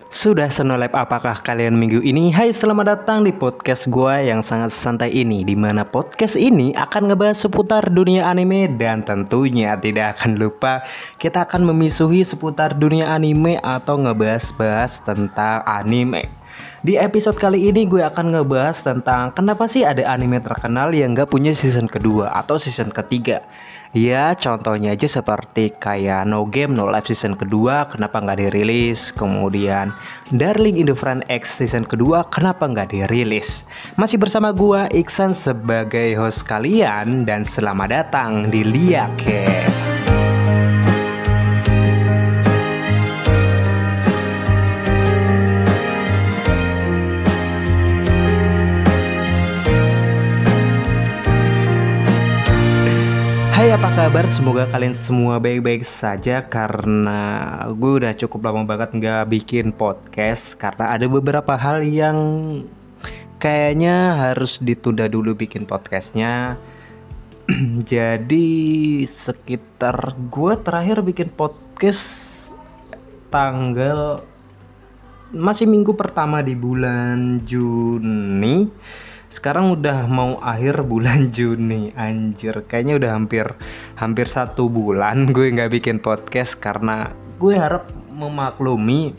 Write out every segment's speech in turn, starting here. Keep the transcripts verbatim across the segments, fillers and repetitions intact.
Sudah senolep apakah kalian minggu ini? Hai, selamat datang di podcast gue yang sangat santai ini, dimana podcast ini akan ngebahas seputar dunia anime. Dan tentunya tidak akan lupa kita akan memisuhi seputar dunia anime atau ngebahas-bahas tentang anime. Di episode kali ini gue akan ngebahas tentang kenapa sih ada anime terkenal yang gak punya season kedua atau season ketiga. Ya contohnya aja seperti kayak No Game No Life season kedua kenapa gak dirilis. Kemudian Darling in the Franxx X season kedua kenapa gak dirilis. Masih bersama gue Iksan sebagai host kalian. Dan selamat datang di Liakes. Hai, apa kabar? Semoga kalian semua baik-baik saja. Karena gue udah cukup lama banget gak bikin podcast karena ada beberapa hal yang kayaknya harus ditunda dulu bikin podcastnya. Jadi sekitar gue terakhir bikin podcast tanggal masih minggu pertama di bulan Juni. Sekarang udah mau akhir bulan Juni, anjir, kayaknya udah hampir hampir satu bulan gue nggak bikin podcast karena gue harap memaklumi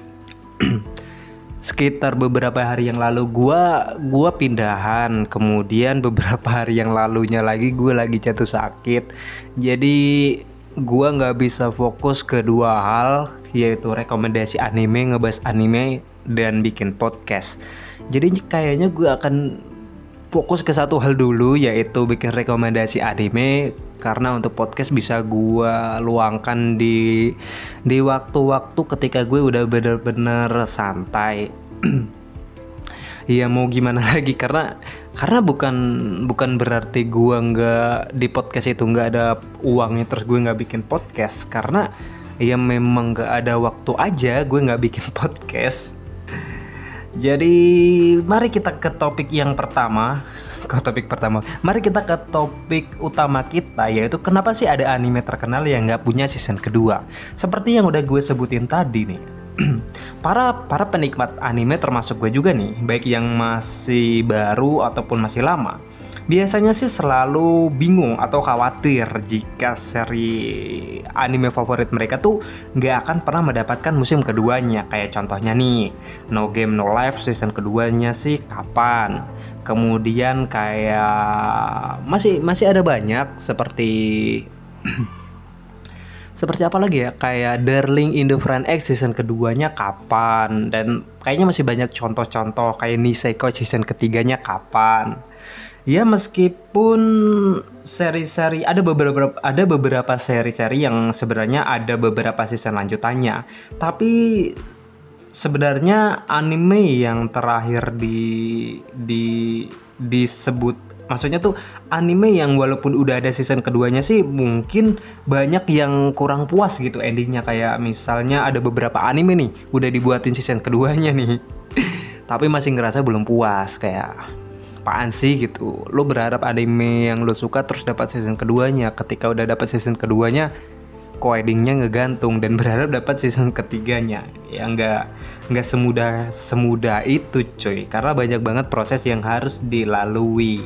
sekitar beberapa hari yang lalu gue gue pindahan, kemudian beberapa hari yang lalunya lagi gue lagi jatuh sakit, jadi gue nggak bisa fokus ke dua hal, yaitu rekomendasi anime, ngebahas anime, dan bikin podcast. Jadi kayaknya gue akan fokus ke satu hal dulu, yaitu bikin rekomendasi anime. Karena untuk podcast bisa gue luangkan di di waktu-waktu ketika gue udah bener-bener santai. Iya, mau gimana lagi, karena karena bukan bukan berarti gue nggak di podcast itu nggak ada uangnya terus gue nggak bikin podcast. Karena ya memang nggak ada waktu aja gue nggak bikin podcast. Jadi mari kita ke topik yang pertama. Ke topik pertama. Mari kita ke topik utama kita, yaitu kenapa sih ada anime terkenal yang nggak punya season kedua. Seperti yang udah gue sebutin tadi nih. para para penikmat anime termasuk gue juga nih, baik yang masih baru ataupun masih lama, biasanya sih selalu bingung atau khawatir jika seri anime favorit mereka tuh nggak akan pernah mendapatkan musim keduanya. Kayak contohnya nih, No Game No Life season keduanya sih kapan. Kemudian kayak masih masih ada banyak seperti seperti apa lagi ya, kayak Darling in the Franxx X season keduanya kapan. Dan kayaknya masih banyak contoh-contoh kayak Nisekoi season ketiganya kapan. Ya meskipun seri-seri ada beberapa ada beberapa seri-seri yang sebenarnya ada beberapa season lanjutannya, tapi sebenarnya anime yang terakhir di di disebut, maksudnya tuh anime yang walaupun udah ada season keduanya sih mungkin banyak yang kurang puas gitu endingnya. Kayak misalnya ada beberapa anime nih udah dibuatin season keduanya nih tapi masih ngerasa belum puas, kayak apaan sih gitu. Lo berharap anime yang lo suka terus dapat season keduanya, ketika udah dapat season keduanya kok endingnya ngegantung, dan berharap dapat season ketiganya. Ya nggak nggak semudah semudah itu cuy, karena banyak banget proses yang harus dilalui.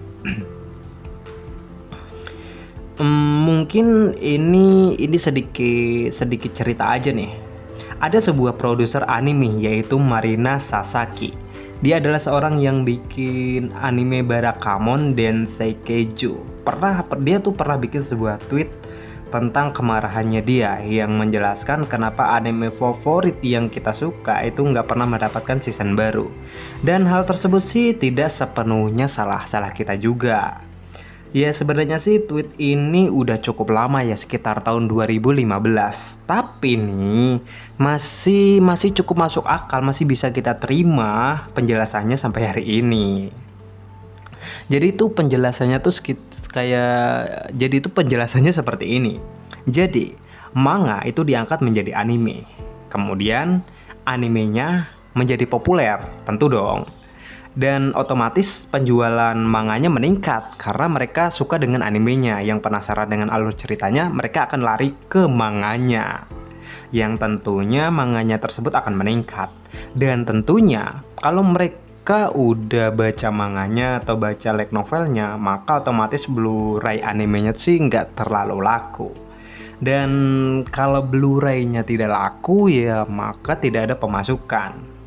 hmm, mungkin ini ini sedikit sedikit cerita aja nih. Ada sebuah produser anime yaitu Marina Sasaki. Dia adalah seorang yang bikin anime Barakamon dan Seikeiju. Pernah dia tuh pernah bikin sebuah tweet tentang kemarahannya dia yang menjelaskan kenapa anime favorit yang kita suka itu nggak pernah mendapatkan season baru. Dan hal tersebut sih tidak sepenuhnya salah-salah kita juga. Ya sebenarnya sih tweet ini udah cukup lama ya, sekitar tahun dua ribu lima belas. Tapi nih masih masih cukup masuk akal, masih bisa kita terima penjelasannya sampai hari ini. Jadi itu penjelasannya tuh kayak jadi itu penjelasannya seperti ini. Jadi manga itu diangkat menjadi anime. Kemudian animenya menjadi populer, tentu dong. Dan otomatis penjualan manganya meningkat karena mereka suka dengan animenya. Yang penasaran dengan alur ceritanya, mereka akan lari ke manganya. yang tentunya manganya tersebut akan meningkat. Dan tentunya kalau mereka udah baca manganya atau baca light novelnya, maka otomatis Blu-ray animenya sih nggak terlalu laku. Dan kalau Blu-ray-nya tidak laku ya maka tidak ada pemasukan.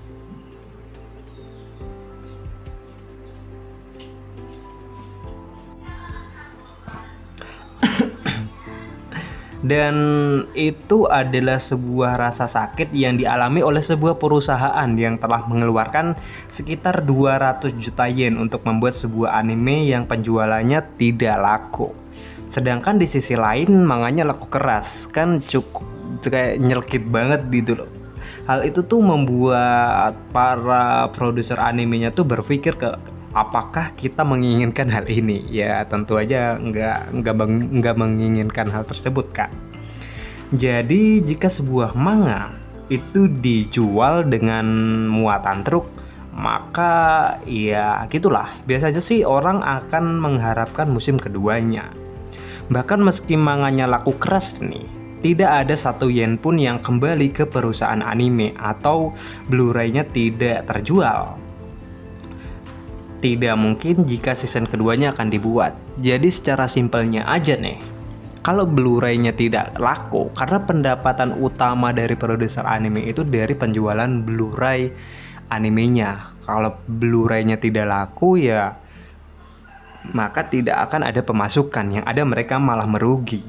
Dan itu adalah sebuah rasa sakit yang dialami oleh sebuah perusahaan yang telah mengeluarkan sekitar dua ratus juta yen untuk membuat sebuah anime yang penjualannya tidak laku. Sedangkan di sisi lain manganya laku keras, kan cukup kayak nyelkit banget gitu loh. Hal itu tuh membuat para produser animenya tuh berpikir ke apakah kita menginginkan hal ini? Ya tentu aja nggak nggak nggak menginginkan hal tersebut kan. Jadi jika sebuah manga itu dijual dengan muatan truk, maka ya gitulah. Biasanya sih orang akan mengharapkan musim keduanya. Bahkan meski manganya laku keras nih, tidak ada satu yen pun yang kembali ke perusahaan anime atau Blu-ray-nya tidak terjual. Tidak mungkin jika season keduanya akan dibuat. Jadi secara simpelnya aja nih, kalau Blu-ray-nya tidak laku karena pendapatan utama dari produser anime itu dari penjualan Blu-ray animenya. Kalau Blu-ray-nya tidak laku ya maka tidak akan ada pemasukan, yang ada mereka malah merugi.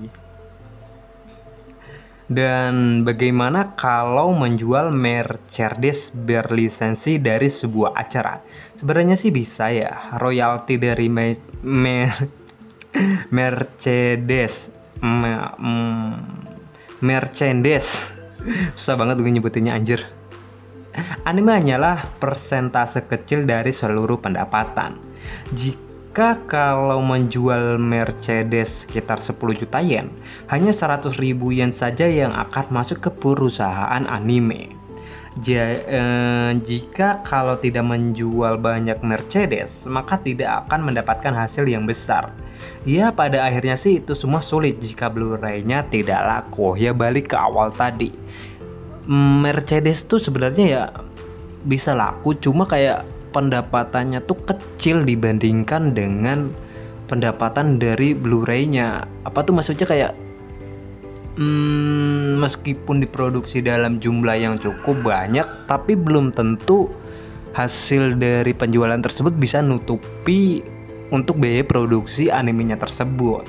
Dan bagaimana kalau menjual merchandise berlisensi dari sebuah acara? Sebenarnya sih bisa ya, royalti dari me- me- merchandise me- mm, merchandise susah banget gue nyebutinnya anjir. Anime hanyalah persentase kecil dari seluruh pendapatan. Jika kalau menjual merchandise sekitar sepuluh juta yen, hanya seratus ribu yen saja yang akan masuk ke perusahaan anime. Ja, eh, jika kalau tidak menjual banyak merchandise, maka tidak akan mendapatkan hasil yang besar. Ya pada akhirnya sih itu semua sulit jika Blu-ray-nya tidak laku. Ya balik ke awal tadi, merchandise tuh sebenarnya ya bisa laku, cuma kayak pendapatannya tuh kecil dibandingkan dengan pendapatan dari Blu-ray-nya. Apa tuh maksudnya kayak hmm, meskipun diproduksi dalam jumlah yang cukup banyak, tapi belum tentu hasil dari penjualan tersebut bisa nutupi untuk biaya produksi animenya tersebut.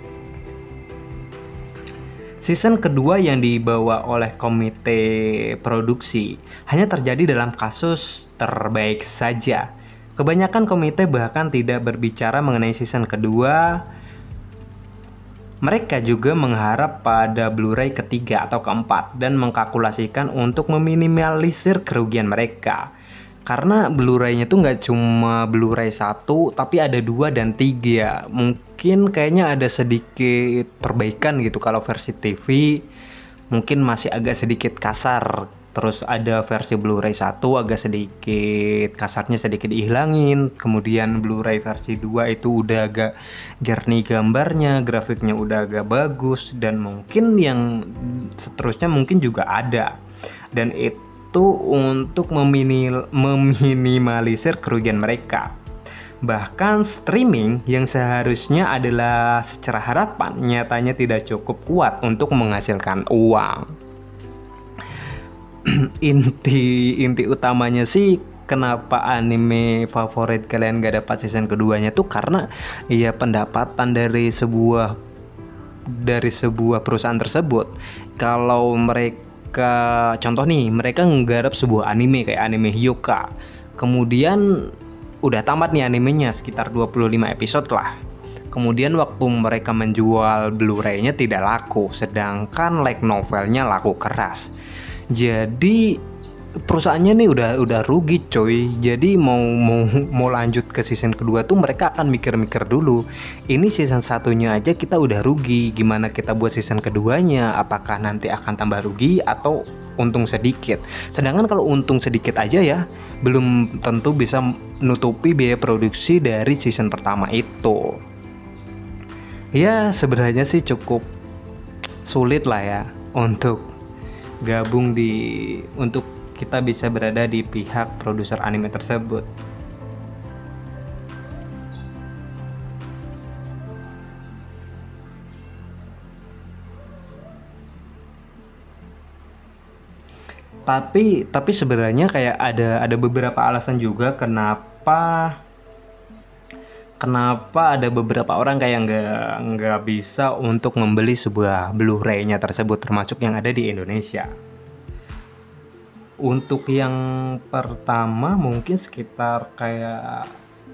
Season kedua yang dibawa oleh komite produksi hanya terjadi dalam kasus terbaik saja. Kebanyakan komite bahkan tidak berbicara mengenai season kedua. Mereka juga mengharap pada Blu-ray ketiga atau keempat dan mengkalkulasikan untuk meminimalisir kerugian mereka. Karena Blu-ray-nya tuh nggak cuma Blu-ray satu, tapi ada dua dan tiga. Mungkin kayaknya ada sedikit perbaikan gitu. Kalau versi T V mungkin masih agak sedikit kasar. Terus ada versi Blu-ray satu agak sedikit kasarnya sedikit dihilangin. Kemudian Blu-ray versi dua itu udah agak jernih gambarnya, grafiknya udah agak bagus. Dan mungkin yang seterusnya mungkin juga ada. Dan itu itu untuk meminil, meminimalisir kerugian mereka. Bahkan streaming yang seharusnya adalah secara harapan nyatanya tidak cukup kuat untuk menghasilkan uang. inti inti utamanya sih kenapa anime favorit kalian gak dapat season keduanya tuh karena ya pendapatan dari sebuah dari sebuah perusahaan tersebut. Kalau mereka contoh nih, mereka nggarap sebuah anime kayak anime Hyoka. Kemudian udah tamat nih animenya sekitar dua puluh lima episode lah. Kemudian waktu mereka menjual Blu-ray-nya tidak laku, sedangkan light novelnya laku keras. Jadi perusahaannya nih udah udah rugi coy. Jadi mau mau mau lanjut ke season kedua tuh mereka akan mikir-mikir dulu. Ini season satunya aja kita udah rugi, gimana kita buat season keduanya? Apakah nanti akan tambah rugi atau untung sedikit? Sedangkan kalau untung sedikit aja ya belum tentu bisa nutupi biaya produksi dari season pertama itu. Ya sebenarnya sih cukup sulit lah ya untuk gabung di untuk kita bisa berada di pihak produser anime tersebut. Tapi tapi sebenarnya kayak ada ada beberapa alasan juga kenapa kenapa ada beberapa orang kayak nggak nggak bisa untuk membeli sebuah Blu-ray-nya tersebut, termasuk yang ada di Indonesia. Untuk yang pertama mungkin sekitar kayak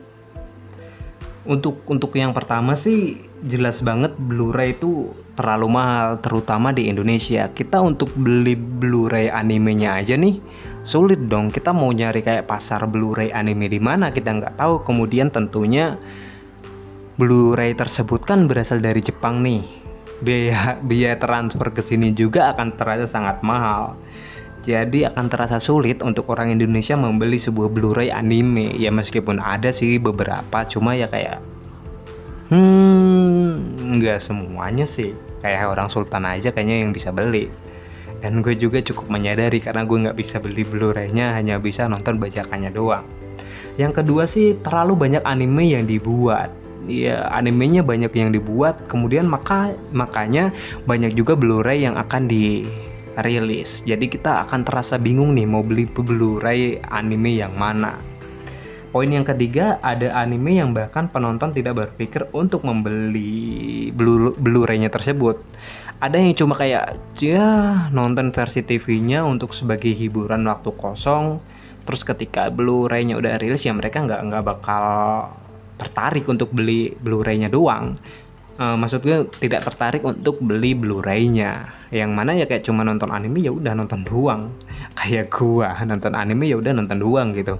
untuk untuk yang pertama sih jelas banget Blu-ray itu terlalu mahal, terutama di Indonesia. Kita untuk beli Blu-ray animenya aja nih sulit dong. Kita mau nyari kayak pasar Blu-ray anime di mana kita nggak tahu. Kemudian tentunya Blu-ray tersebut kan berasal dari Jepang nih. Biaya biaya transfer ke sini juga akan terasa sangat mahal. Jadi akan terasa sulit untuk orang Indonesia membeli sebuah Blu-ray anime. Ya meskipun ada sih beberapa, cuma ya kayak Hmm, nggak semuanya sih. Kayak orang Sultan aja kayaknya yang bisa beli. Dan gue juga cukup menyadari karena gue nggak bisa beli Blu-ray-nya, hanya bisa nonton bajakannya doang. Yang kedua sih terlalu banyak anime yang dibuat. Ya animenya banyak yang dibuat, kemudian maka makanya banyak juga Blu-ray yang akan dirilis. Jadi kita akan terasa bingung nih mau beli Blu-ray anime yang mana. Poin yang ketiga, ada anime yang bahkan penonton tidak berpikir untuk membeli Blu-ray-nya tersebut. Ada yang cuma kayak ya nonton versi T V-nya untuk sebagai hiburan waktu kosong. Terus ketika Blu-ray-nya udah rilis ya mereka nggak nggak bakal tertarik untuk beli Blu-ray-nya doang. E, maksud gue tidak tertarik untuk beli Blu-ray-nya. Yang mana ya kayak cuma nonton anime ya udah nonton doang. Kayak gua nonton anime ya udah nonton doang gitu.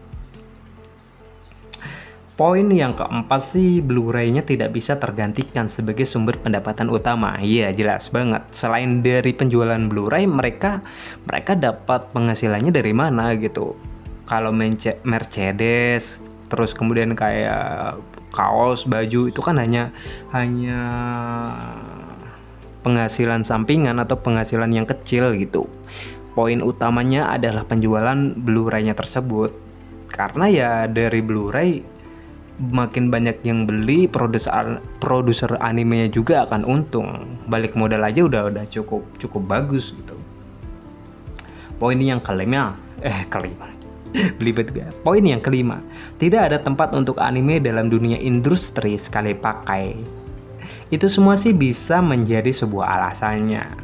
Poin yang keempat sih, Blu-ray-nya tidak bisa tergantikan sebagai sumber pendapatan utama. Iya, jelas banget. Selain dari penjualan Blu-ray, mereka mereka dapat penghasilannya dari mana gitu. Kalau Mercedes, terus kemudian kayak kaos, baju itu kan hanya hanya penghasilan sampingan atau penghasilan yang kecil gitu. Poin utamanya adalah penjualan Blu-ray-nya tersebut. Karena ya dari Blu-ray makin banyak yang beli, produser produser animenya juga akan untung. Balik modal aja udah udah cukup cukup bagus gitu. Poin yang kelima, eh kelima. Belibet gue. Poin yang kelima, tidak ada tempat untuk anime dalam dunia industri sekali pakai. Itu semua sih bisa menjadi sebuah alasannya.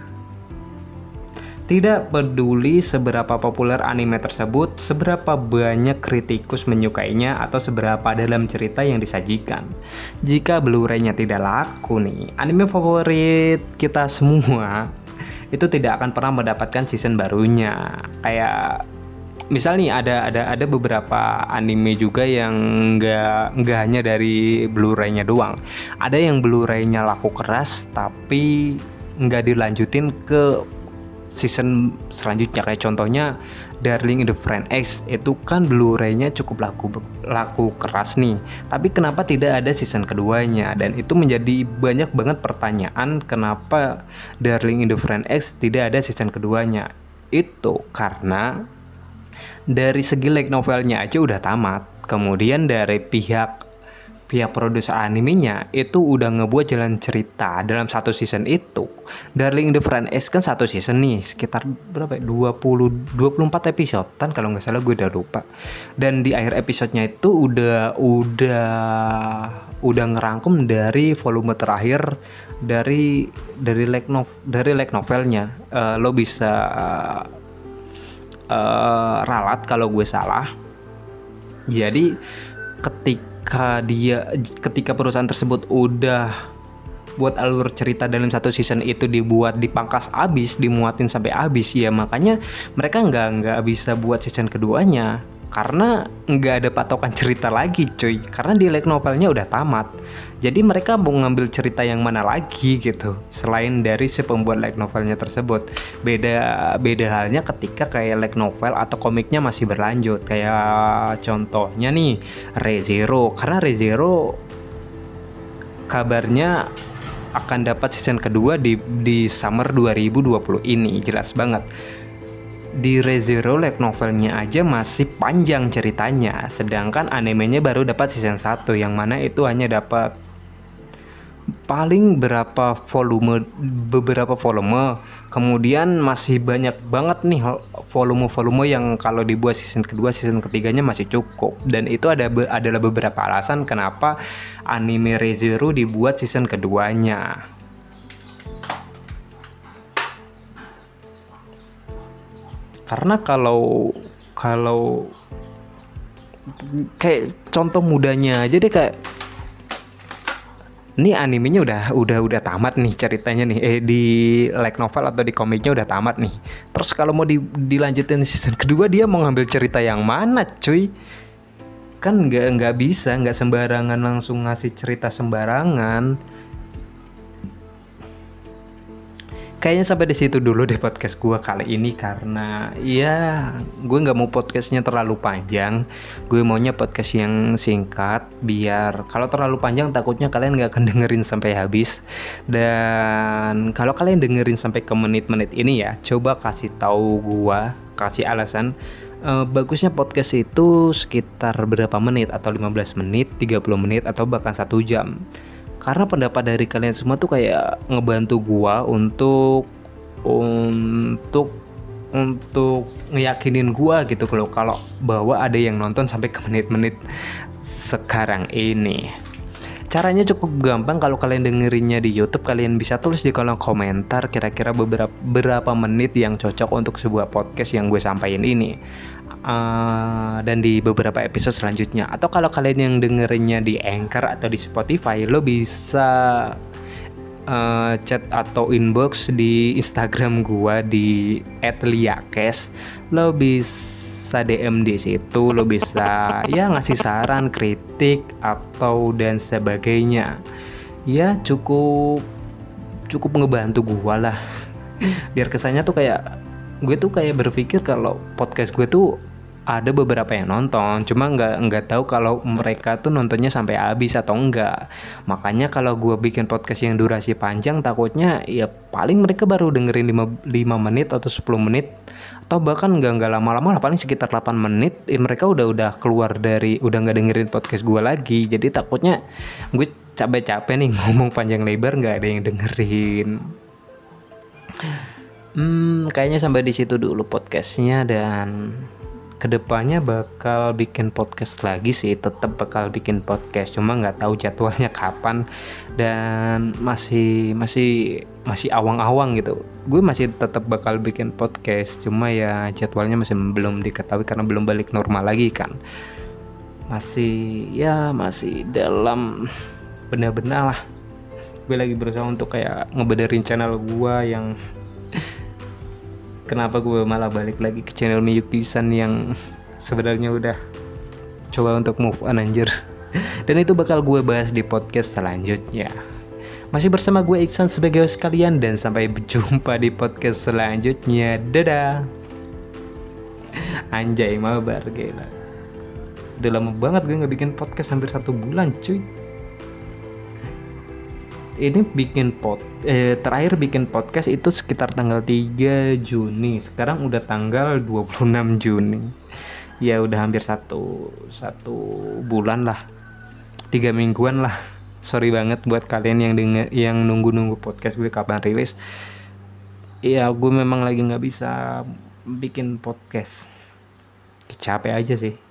Tidak peduli seberapa populer anime tersebut, seberapa banyak kritikus menyukainya, atau seberapa dalam cerita yang disajikan. Jika Blu-ray-nya tidak laku nih, anime favorit kita semua itu tidak akan pernah mendapatkan season barunya. Kayak misal nih ada ada ada beberapa anime juga yang nggak nggak hanya dari Blu-ray-nya doang. Ada yang Blu-ray-nya laku keras tapi nggak dilanjutin ke season selanjutnya. Kayak contohnya Darling in the Franxx X itu kan Blu-ray-nya cukup laku laku keras nih, tapi kenapa tidak ada season keduanya? Dan itu menjadi banyak banget pertanyaan kenapa Darling in the Franxx X tidak ada season keduanya. Itu karena dari segi light novelnya aja udah tamat, kemudian dari pihak pihak produser animenya itu udah ngebuat jalan cerita dalam satu season itu. Darling in the Franxx X kan satu season nih, sekitar berapa ya? dua puluh dua puluh empat episodean kalau nggak salah, gue udah lupa. Dan di akhir episodenya itu udah udah udah ngerangkum dari volume terakhir dari dari light novel dari light novelnya. Uh, lo bisa uh, uh, ralat kalau gue salah. Jadi ketika Ketika dia ketika perusahaan tersebut udah buat alur cerita dalam satu season itu dibuat dipangkas abis, dimuatin sampai abis, ya makanya mereka nggak nggak bisa buat season keduanya karena nggak ada patokan cerita lagi cuy, karena di light novelnya udah tamat. Jadi mereka mau ngambil cerita yang mana lagi gitu selain dari si pembuat light novelnya tersebut. Beda beda halnya ketika kayak light novel atau komiknya masih berlanjut, kayak contohnya nih Re:Zero. Karena Re:Zero kabarnya akan dapat season kedua di di summer dua ribu dua puluh ini, jelas banget. Di ReZero light novelnya aja masih panjang ceritanya, sedangkan animenya baru dapat season satu yang mana itu hanya dapat paling berapa volume beberapa volume. Kemudian masih banyak banget nih volume-volume yang kalau dibuat season kedua, season ketiganya masih cukup. Dan itu ada adalah beberapa alasan kenapa anime ReZero dibuat season keduanya. Karena kalau kalau kayak contoh mudanya aja deh, kayak ini animenya udah udah udah tamat nih ceritanya nih, eh di light novel atau di komiknya udah tamat nih. Terus kalau mau di, dilanjutin season kedua, dia mau ngambil cerita yang mana, cuy? Kan nggak nggak bisa, nggak sembarangan langsung ngasih cerita sembarangan. Kayaknya sampai di situ dulu deh podcast gue kali ini, karena ya gue nggak mau podcastnya terlalu panjang. Gue maunya podcast yang singkat, biar kalau terlalu panjang takutnya kalian nggak akan dengerin sampai habis. Dan kalau kalian dengerin sampai ke menit-menit ini ya, coba kasih tahu gue, kasih alasan. Uh, bagusnya podcast itu sekitar berapa menit, atau lima belas menit, tiga puluh menit, atau bahkan satu jam. Karena pendapat dari kalian semua tuh kayak ngebantu gua untuk untuk untuk ngeyakinin gua gitu kalau kalau bahwa ada yang nonton sampai ke menit-menit sekarang ini. Caranya cukup gampang. Kalau kalian dengerinnya di YouTube, kalian bisa tulis di kolom komentar kira-kira beberapa berapa menit yang cocok untuk sebuah podcast yang gue sampaikan ini. Uh, dan di beberapa episode selanjutnya. Atau kalau kalian yang dengerinnya di Anchor atau di Spotify, lo bisa uh, chat atau inbox di Instagram gua di et liakes. Lo bisa D M di situ, lo bisa ya ngasih saran, kritik atau dan sebagainya. Ya cukup cukup ngebantu gua lah. Biar kesannya tuh kayak gue tuh kayak berpikir kalau podcast gue tuh ada beberapa yang nonton, cuma nggak nggak tahu kalau mereka tuh nontonnya sampai habis atau enggak. Makanya kalau gue bikin podcast yang durasi panjang, takutnya ya paling mereka baru dengerin lima menit atau sepuluh menit, atau bahkan nggak nggak lama-lama lah, paling sekitar delapan menit eh, mereka udah udah keluar dari udah nggak dengerin podcast gue lagi. Jadi takutnya gue capek-capek nih ngomong panjang lebar nggak ada yang dengerin. Hmm, kayaknya sampai di situ dulu podcastnya, dan kedepannya bakal bikin podcast lagi sih, tetap bakal bikin podcast, cuma nggak tahu jadwalnya kapan, dan masih masih masih awang-awang gitu. Gue masih tetap bakal bikin podcast, cuma ya jadwalnya masih belum diketahui karena belum balik normal lagi kan. Masih ya masih dalam benar-benar lah. Gue lagi berusaha untuk kayak ngebenerin channel gue yang kenapa gue malah balik lagi ke channel Miyuk Pisan yang sebenarnya udah coba untuk move on anjir. Dan itu bakal gue bahas di podcast selanjutnya. Masih bersama gue Iksan sebagai host kalian, dan sampai berjumpa di podcast selanjutnya. Dadah. Anjay, mabar gila. Udah lama banget gue gak bikin podcast, hampir satu bulan cuy. Ini bikin pod eh, terakhir bikin podcast itu sekitar tanggal tiga Juni. Sekarang udah tanggal dua puluh enam Juni. Ya udah hampir satu satu bulan lah, tiga mingguan lah. Sorry banget buat kalian yang denger, yang nunggu-nunggu podcast gue kapan rilis. Ya gue memang lagi nggak bisa bikin podcast, capek aja sih.